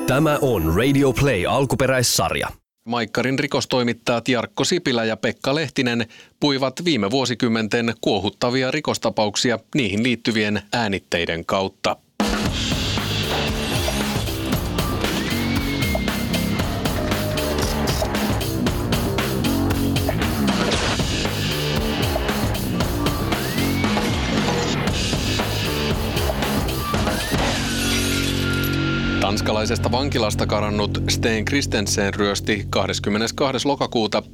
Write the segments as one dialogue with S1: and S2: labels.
S1: Tämä on Radio Play alkuperäissarja.
S2: Maikkarin rikostoimittajat Jarkko Sipilä ja Pekka Lehtinen puivat viime vuosikymmenten kuohuttavia rikostapauksia niihin liittyvien äänitteiden kautta. Tanskalaisesta vankilasta karannut Sten Christensen ryösti 22. lokakuuta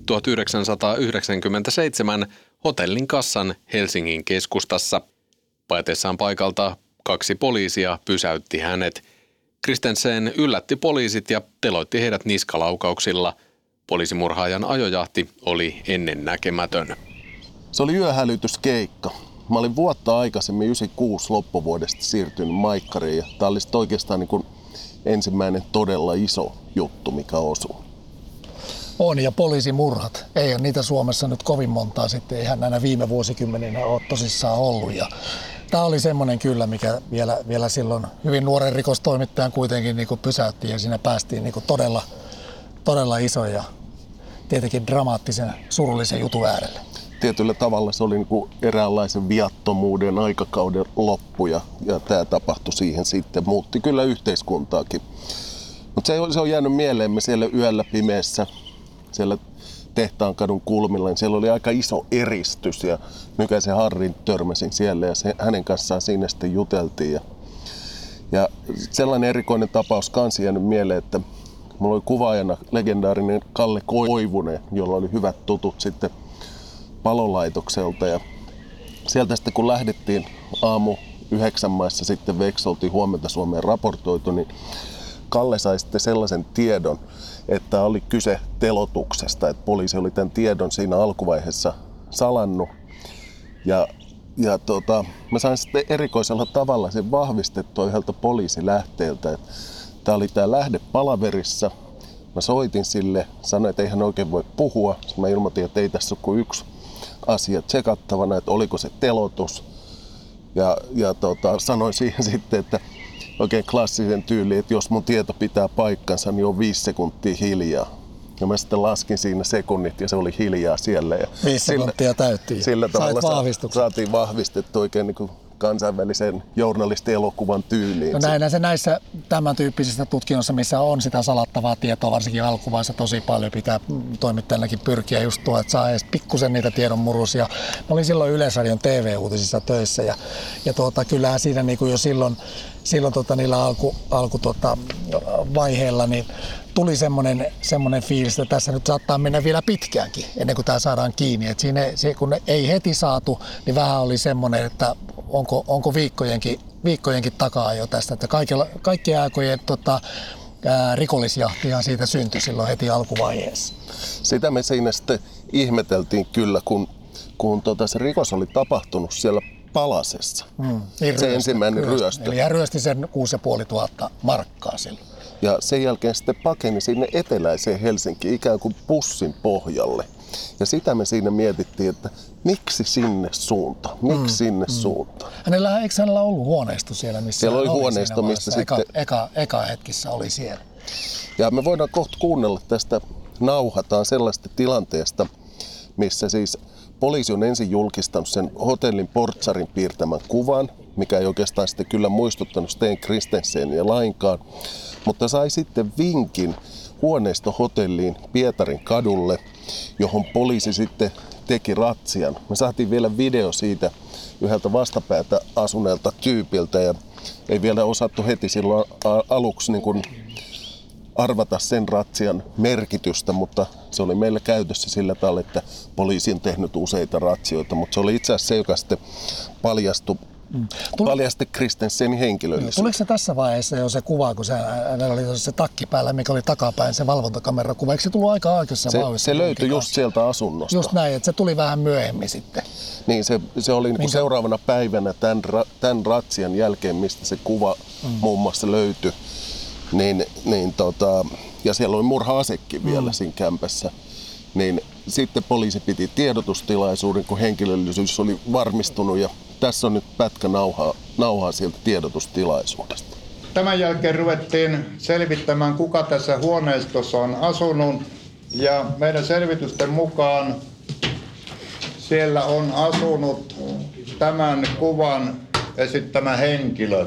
S2: 1997 hotellin kassan Helsingin keskustassa. Paetessaan paikalta 2 poliisia pysäytti hänet. Christensen yllätti poliisit ja teloitti heidät niskalaukauksilla. Poliisimurhaajan ajojahti oli ennennäkemätön.
S3: Se oli yöhälytyskeikka. Mä olin vuotta aikaisemmin 96 loppuvuodesta siirtynyt Maikkariin ja tää oli oikeastaan niin kuin ensimmäinen todella iso juttu, mikä osui.
S4: On, ja poliisimurhat. Eihän niitä Suomessa nyt kovin montaa sitten, eihän näinä viime vuosikymmeninä ole tosissaan ollut. Ja tämä oli semmoinen kyllä, mikä vielä silloin hyvin nuoren rikostoimittajan kuitenkin niin kuin pysäytti ja siinä päästiin niin kuin todella ison ja tietenkin dramaattisen surullisen jutun äärelle.
S3: Tietyllä tavalla se oli niin kuin eräänlaisen viattomuuden aikakauden loppu ja tämä tapahtui siihen sitten. Muutti kyllä yhteiskuntaakin. Mutta se on jäänyt mieleemme siellä yöllä pimeässä, siellä Tehtaankadun kulmilla. Niin siellä oli aika iso eristys ja Nykäsen Harrin törmäsin siellä ja hänen kanssaan siinä sitten juteltiin. Ja sellainen erikoinen tapaus kanssa jäänyt mieleen, että mulla oli kuvaajana legendaarinen Kalle Koivunen, jolla oli hyvät tutut sitten palolaitokselta ja sieltä sitten kun lähdettiin aamu 9 maissa sitten vekseltiin huomenta Suomeen raportoitu, niin Kalle sai sitten sellaisen tiedon, että oli kyse telotuksesta, että poliisi oli tämän tiedon siinä alkuvaiheessa salannut ja mä sain sitten erikoisella tavalla sen vahvistettua yhdeltä poliisilähteeltä, että tää oli tää lähde palaverissa. Mä soitin sille, sanoin, että ei hän oikein voi puhua. Mä ilmoitin, että ei tässä ole kuin yksi asia tsekattavana, että oliko se telotus. Ja sanoin siihen sitten, että oikein klassisen tyyli, että jos mun tieto pitää paikkansa, niin on 5 sekuntia hiljaa. Ja mä sitten laskin siinä sekunnit ja se oli hiljaa siellä. Ja
S4: 5 sekuntia täyttiin.
S3: Sillä tavalla saatiin vahvistettua oikein niin kuin kansainvälisen journalistielokuvan tyyliin.
S4: No näinhän se näissä tämän tyyppisissä tutkinnoissa, missä on sitä salattavaa tietoa, varsinkin alkuvaiheessa tosi paljon pitää toimittajallakin pyrkiä just tuo, että saa edes pikkusen niitä tiedonmurusia. Mä olin silloin Yleisradion TV-uutisissa töissä ja kyllähän siinä niin kuin jo silloin niillä alkuvaiheilla niin tuli semmoinen fiilis, että tässä nyt saattaa mennä vielä pitkäänkin ennen kuin tämä saadaan kiinni. Et siinä, kun ei heti saatu, niin vähän oli semmoinen, että onko viikkojenkin takaa jo tästä. Että kaikkien aikojen rikollisjahtihan siitä syntyi silloin heti alkuvaiheessa.
S3: Sitä me siinä sitten ihmeteltiin kyllä, kun se rikos oli tapahtunut siellä Palasessa. Se ensimmäinen ryöstö.
S4: Eli hän ryösti sen 6500 markkaa silloin.
S3: Ja sen jälkeen sitten pakeni sinne eteläiseen Helsinkiin ikään kuin pussin pohjalle. Ja sitä me siinä mietittiin, että miksi sinne suuntaan?
S4: Eikö hänellä ollut huoneisto siellä, missä
S3: siellä oli huoneisto, mistä sitten
S4: eka hetkissä oli siellä.
S3: Ja me voidaan kohta kuunnella tästä, nauhataan sellaista tilanteesta, missä siis poliisi on ensin julkistanut sen hotellin portsarin piirtämän kuvan, mikä ei oikeastaan sitten kyllä muistuttanut Sten Christensenia lainkaan, mutta sai sitten vinkin huoneistohotelliin Pietarin kadulle, johon poliisi sitten teki ratsian. Me saatiin vielä video siitä yhdeltä vastapäätä asuneelta tyypiltä ja ei vielä osattu heti silloin aluksi niin kuin arvata sen ratsian merkitystä, mutta se oli meillä käytössä sillä tavalla, että poliisi on tehnyt useita ratsioita, mutta se oli itse asiassa se, joka sitten paljasti Christensenin henkilöllisyys.
S4: Tuliko se tässä vaiheessa jo se kuva, kun hänellä oli se takki päällä, mikä oli takapäin, se valvontakamerakuva? Eikö se tullut aika aikaisessa vauhdissa?
S3: Se löytyi just sieltä asunnosta.
S4: Just näin, että se tuli vähän myöhemmin sitten.
S3: Niin, se oli niin kuin seuraavana päivänä tämän ratsian jälkeen, mistä se kuva muun muassa löytyi. Ja siellä oli murha-asekin vielä siinä kämpässä. Niin sitten poliisi piti tiedotustilaisuuden, kun henkilöllisyys oli varmistunut. Ja tässä on nyt pätkä nauhaa sieltä tiedotustilaisuudesta.
S5: Tämän jälkeen ruvettiin selvittämään, kuka tässä huoneistossa on asunut. Ja meidän selvitysten mukaan siellä on asunut tämän kuvan esittämä henkilö.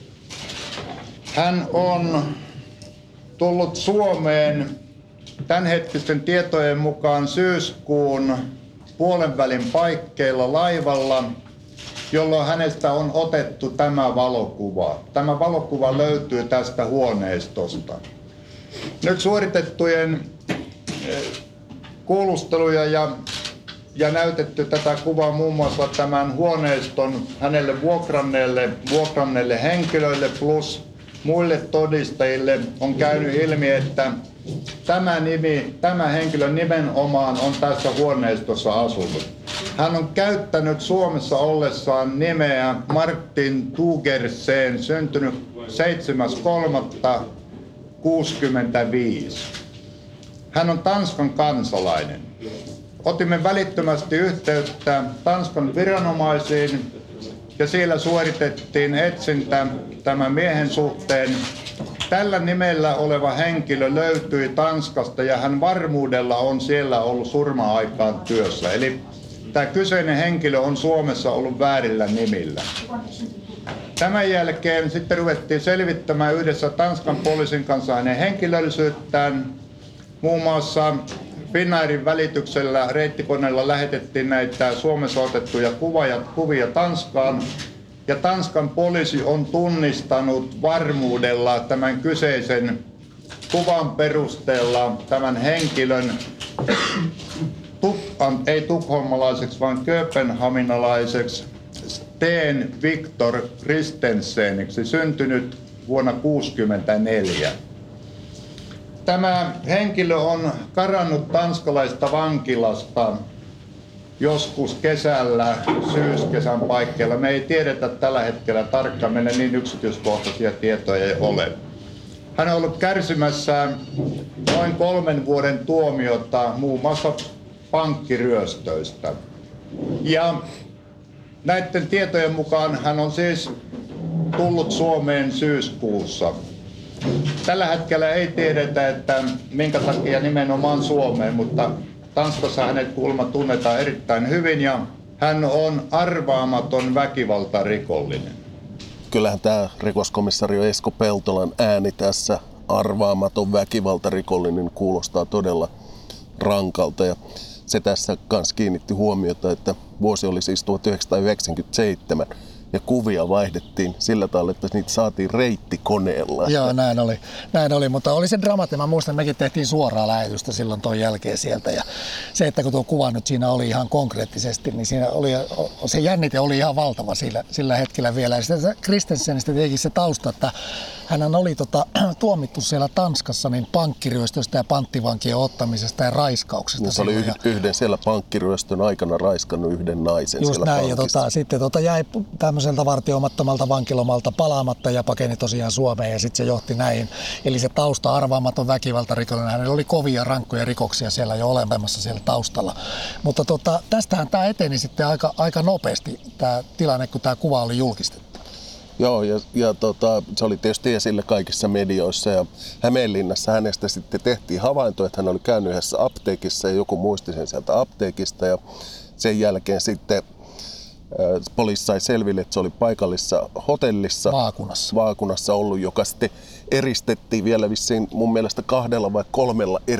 S5: Hän on tullut Suomeen tämänhetkisten tietojen mukaan syyskuun puolenvälin paikkeilla laivalla, jolloin hänestä on otettu tämä valokuva. Tämä valokuva löytyy tästä huoneistosta. Nyt suoritettujen kuulusteluja ja näytetty tätä kuvaa muun muassa tämän huoneiston hänelle vuokranneelle henkilöille plus muille todistajille on käynyt ilmi, että tämä henkilö nimenomaan on tässä huoneistossa asunut. Hän on käyttänyt Suomessa ollessaan nimeä Martin Tugersen, syntynyt 7.3.65. Hän on Tanskan kansalainen. Otimme välittömästi yhteyttä Tanskan viranomaisiin ja siellä suoritettiin etsintä tämän miehen suhteen. Tällä nimellä oleva henkilö löytyi Tanskasta ja hän varmuudella on siellä ollut surma-aikaan työssä. Eli tämä kyseinen henkilö on Suomessa ollut väärillä nimillä. Tämän jälkeen sitten ruvettiin selvittämään yhdessä Tanskan poliisin kanssa hänen henkilöllisyyttään. Muun muassa Finnairin välityksellä reittikoneella lähetettiin näitä Suomessa otettuja kuvia Tanskaan. Ja Tanskan poliisi on tunnistanut varmuudella tämän kyseisen kuvan perusteella tämän henkilön ei tukholmalaiseksi, vaan kööpenhaminalaiseksi Sten Victor Christenseniksi, syntynyt vuonna 1964. Tämä henkilö on karannut tanskalaista vankilasta joskus kesällä, syyskesän paikkeilla. Me ei tiedetä tällä hetkellä tarkkaan, meillä niin yksityiskohtaisia tietoja ei ole. Hän on ollut kärsimässä noin 3 vuoden tuomiota muun muassa pankkiryöstöistä. Ja näiden tietojen mukaan hän on siis tullut Suomeen syyskuussa. Tällä hetkellä ei tiedetä, että minkä takia nimenomaan Suomeen, mutta Tanskassa hänet kuulemma tunnetaan erittäin hyvin ja hän on arvaamaton väkivaltarikollinen.
S3: Kyllähän tämä rikoskomissario Esko Peltolan ääni tässä, arvaamaton väkivaltarikollinen, kuulostaa todella rankalta. Ja se tässä kanssa kiinnitti huomiota, että vuosi oli siis 1997 ja kuvia vaihdettiin sillä tavalla, että niitä saatiin reittikoneella.
S4: Joo, näin oli, mutta oli se dramaattinen. Mä muistan, että mekin tehtiin suoraa lähetystä silloin ton jälkeen sieltä. Ja se, että kun tuo kuva nyt siinä oli ihan konkreettisesti, niin siinä oli, se jännite oli ihan valtava sillä hetkellä vielä. Ja sitten Christensenistä tietenkin se tausta, että hänhän oli tuomittu siellä Tanskassa niin pankkiryöstöstä ja panttivankien ottamisesta ja raiskauksesta.
S3: No, se oli yhden siellä pankkiryöstön aikana raiskannut yhden naisen
S4: just
S3: siellä
S4: näin,
S3: pankissa.
S4: Ja sitten jäi tämmöiseltä vartioimattomalta vankilomalta palaamatta ja pakeni tosiaan Suomeen ja sitten se johti näihin. Eli se tausta, arvaamaton väkivaltarikollinen, hänellä oli kovia rankkoja rikoksia siellä jo olemassa siellä taustalla. Mutta tästähän tämä eteni sitten aika nopeasti tämä tilanne, kun tämä kuva oli julkistettu.
S3: Joo, ja se oli tietysti esillä kaikissa medioissa ja Hämeenlinnassa hänestä sitten tehtiin havainto, että hän oli käynyt yhdessä apteekissa ja joku muisti sen sieltä apteekista ja sen jälkeen poliisi sai selville, että se oli paikallisessa hotellissa Vaakunassa ollut, joka sitten eristettiin vielä vissiin mun mielestä 2 vai 3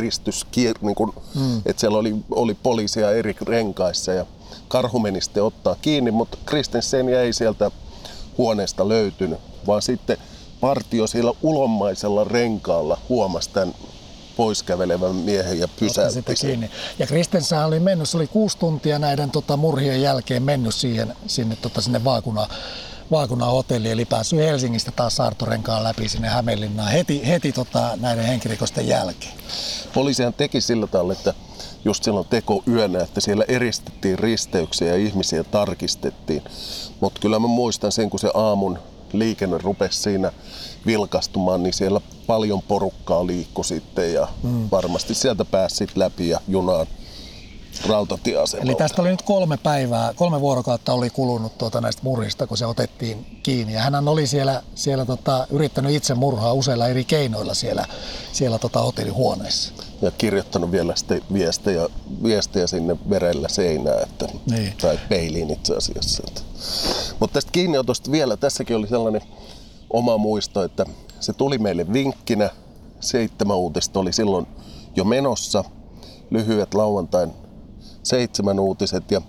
S3: että siellä oli poliisia eri renkaissa ja karhu meni sitten ottaa kiinni, mutta Christensen ei sieltä huoneesta löytynyt, vaan sitten partio siellä ulommaisella renkaalla huomasi tämän poiskävelevän miehen ja pysäytti sen.
S4: Ja Christensen oli mennyt, se oli 6 tuntia näiden murhien jälkeen mennyt sinne Vaakunnan hotelliin, eli päässyt Helsingistä taas Saartorenkaan läpi sinne Hämeenlinnaan heti näiden henkirikosten jälkeen.
S3: Poliisihan teki sillä tavalla, että just silloin tekoyönä, että siellä eristettiin risteyksiä ja ihmisiä tarkistettiin. Mutta kyllä mä muistan sen, kun se aamun liikenne rupesi siinä vilkastumaan, niin siellä paljon porukkaa liikkui sitten ja varmasti sieltä pääsi läpi ja junaan rautatieasemalta.
S4: Eli tästä oli nyt 3 vuorokautta oli kulunut näistä murhista, kun se otettiin kiinni. Ja hän oli siellä yrittänyt itse murhaa useilla eri keinoilla siellä hotellihuoneessa.
S3: Ja kirjoittanut vielä sitten viestejä sinne verellä seinään,
S4: niin.
S3: Tai peiliin itse asiassa. Mutta tästä kiinniotosta vielä, tässäkin oli sellainen oma muisto, että se tuli meille vinkkinä. 7 uutista oli silloin jo menossa, lyhyet lauantain 7 uutiset ja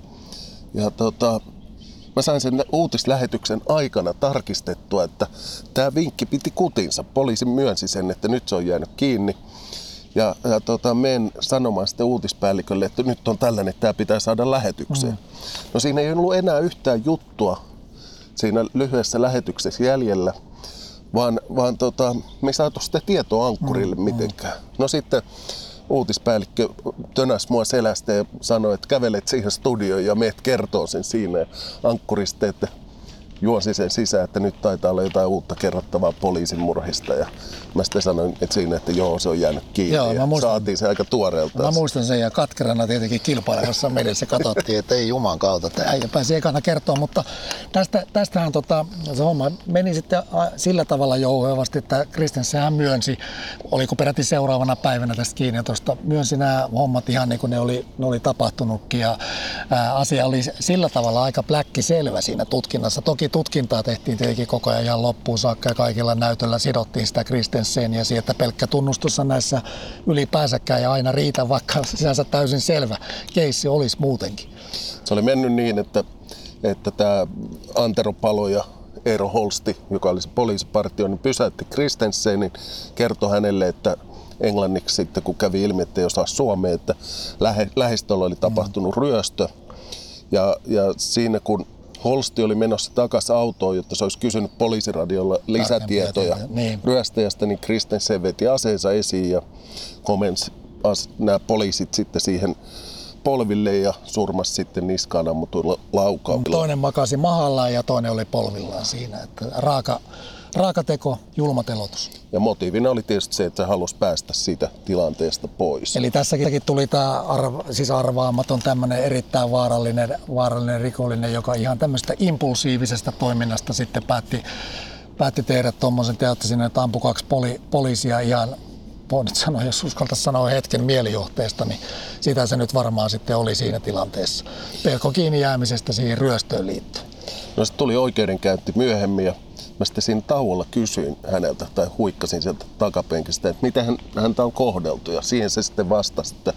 S3: mä sain sen uutislähetyksen aikana tarkistettua, että tämä vinkki piti kutinsa. Poliisi myönsi sen, että nyt se on jäänyt kiinni. Ja menen sanomaan sitten uutispäällikölle, että nyt on tällainen, että tämä pitää saada lähetykseen. No siinä ei ollut enää yhtään juttua siinä lyhyessä lähetyksessä jäljellä, vaan me ei saatu sitä tietoa ankkurille mitenkään. No sitten uutispäällikkö tönäsi mua selästä ja sanoi, että kävelet siihen studioon ja meet kertoo sen siinä. Ja ankkuri sitten, että juosi sen sisään, että nyt taitaa olla jotain uutta kerrottavaa poliisin murhista. Ja mä sitten sanoin, että siinä, että joo, se on jäänyt kiinni. Joo, ja saatiin se aika tuoreelta.
S4: Mä muistan sen ja katkerana tietenkin kilpailevassa mediassa katsottiin, että ei juman kautta, että äijä pääsi ekana kertoa. Mutta tästähän se homma meni sitten sillä tavalla jouhevasti, että Christensen myönsi, oliko peräti seuraavana päivänä tästä kiinniotosta, myönsi nämä hommat ihan niin kuin ne oli tapahtunutkin. Ja asia oli sillä tavalla aika pläkkiselvä siinä tutkinnassa. Toki tutkintaa tehtiin tietenkin koko ajan ihan loppuun saakka ja kaikilla näytöllä sidottiin sitä Christensenia siihen, että pelkkä tunnustus näissä ylipäänsäkään ja aina riitä, vaikka sinänsä täysin selvä keissi olisi muutenkin.
S3: Se oli mennyt niin, että tämä Antero Palo ja Eero Holsti, joka oli se poliisipartio, niin pysäytti Christensenin, kertoi hänelle, että englanniksi sitten, kun kävi ilmi, että ei osaa suomea, että lähistöllä oli tapahtunut ryöstö. Ja siinä kun Holsti oli menossa takaisin autoon, jotta se olisi kysynyt poliisiradiolla lisätietoja ryöstäjästä, niin Christensen veti aseensa esiin ja komensi nämä poliisit sitten siihen polville ja surmasi sitten niskaan ammutuilla laukauksilla.
S4: Toinen makasi mahallaan ja toinen oli polvillaan siinä. Että raaka teko, julma teloitus.
S3: Ja motiivina oli tietysti se, että se halusi päästä siitä tilanteesta pois.
S4: Eli tässäkin tuli tämä arvaamaton tämmöinen erittäin vaarallinen rikollinen, joka ihan tämmöistä impulsiivisesta toiminnasta sitten päätti tehdä tuommoisen teotta sinne, että ampui 2 poliisia ihan, voin nyt sanoa, jos uskaltaisi sanoa hetken mielijohteesta, niin sitä se nyt varmaan sitten oli siinä tilanteessa. Pelko kiinni jäämisestä siihen ryöstöön liittyen.
S3: No se tuli oikeudenkäynti myöhemmin ja mä sitten siinä tauolla kysyin häneltä tai huikkasin sieltä takapenkistä, että miten häntä on kohdeltu ja siihen se sitten vastasi, että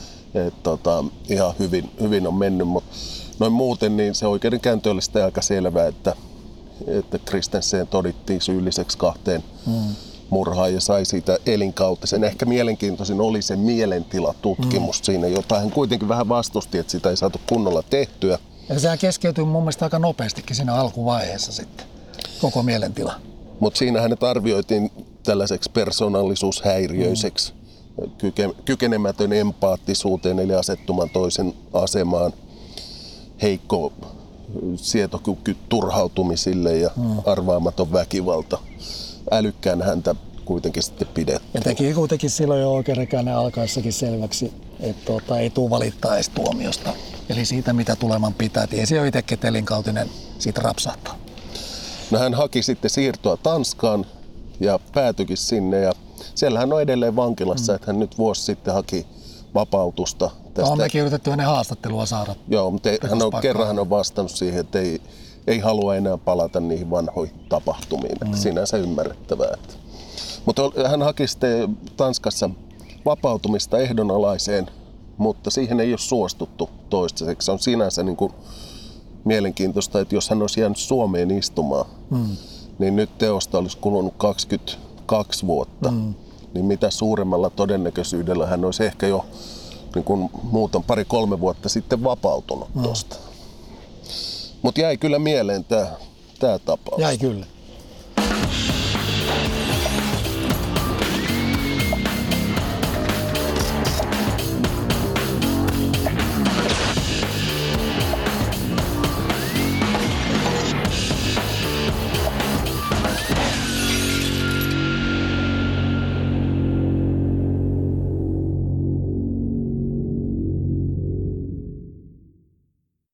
S3: ihan hyvin on mennyt, mutta noin muuten niin se oikeudenkäynti oli sitten aika selvää, että Christensen todittiin syylliseksi 2 murhaan ja sai siitä elinkautisen. Ehkä mielenkiintoisin oli se mielentilatutkimus siinä, jota hän kuitenkin vähän vastusti, että sitä ei saatu kunnolla tehtyä.
S4: Ja sehän keskeytyi mun mielestä aika nopeastikin siinä alkuvaiheessa sitten, koko mielentila.
S3: Mutta siinä hänet arvioitiin tällaiseksi persoonallisuushäiriöiseksi, kykenemätön empaattisuuteen eli asettumaan toisen asemaan, heikko sietokyky turhautumisille ja arvaamaton väkivalta. Älykkään häntä kuitenkin sitten pidettiin.
S4: Ja teki kuitenkin silloin jo oikeudenkäynnin alkaessakin selväksi, että ei tule valittaa edes tuomiosta. Eli siitä, mitä tuleman pitää. Tiesi jo itsekin, että elinkautinen siitä rapsahtaa.
S3: No hän haki sitten siirtoa Tanskaan ja päätyikin sinne. Ja siellä hän on edelleen vankilassa, että hän nyt vuosi sitten haki vapautusta.
S4: Tästä. On mekin yritetty hänen haastattelua saada.
S3: Joo, mutta kerran on vastannut siihen, että ei halua enää palata niihin vanhoihin tapahtumiin. Sinänsä ymmärrettävää. Mutta hän haki sitten Tanskassa vapautumista ehdonalaiseen, mutta siihen ei ole suostuttu toistaiseksi. Se on sinänsä niin kuin mielenkiintoista, että jos hän olisi jäänyt Suomeen istumaan, niin nyt teosta olisi kulunut 22 vuotta. Niin mitä suuremmalla todennäköisyydellä hän olisi ehkä jo niin kuin 2-3 vuotta sitten vapautunut tuosta. Mutta jäi kyllä mieleen tämä tapaus.
S4: Jäi kyllä.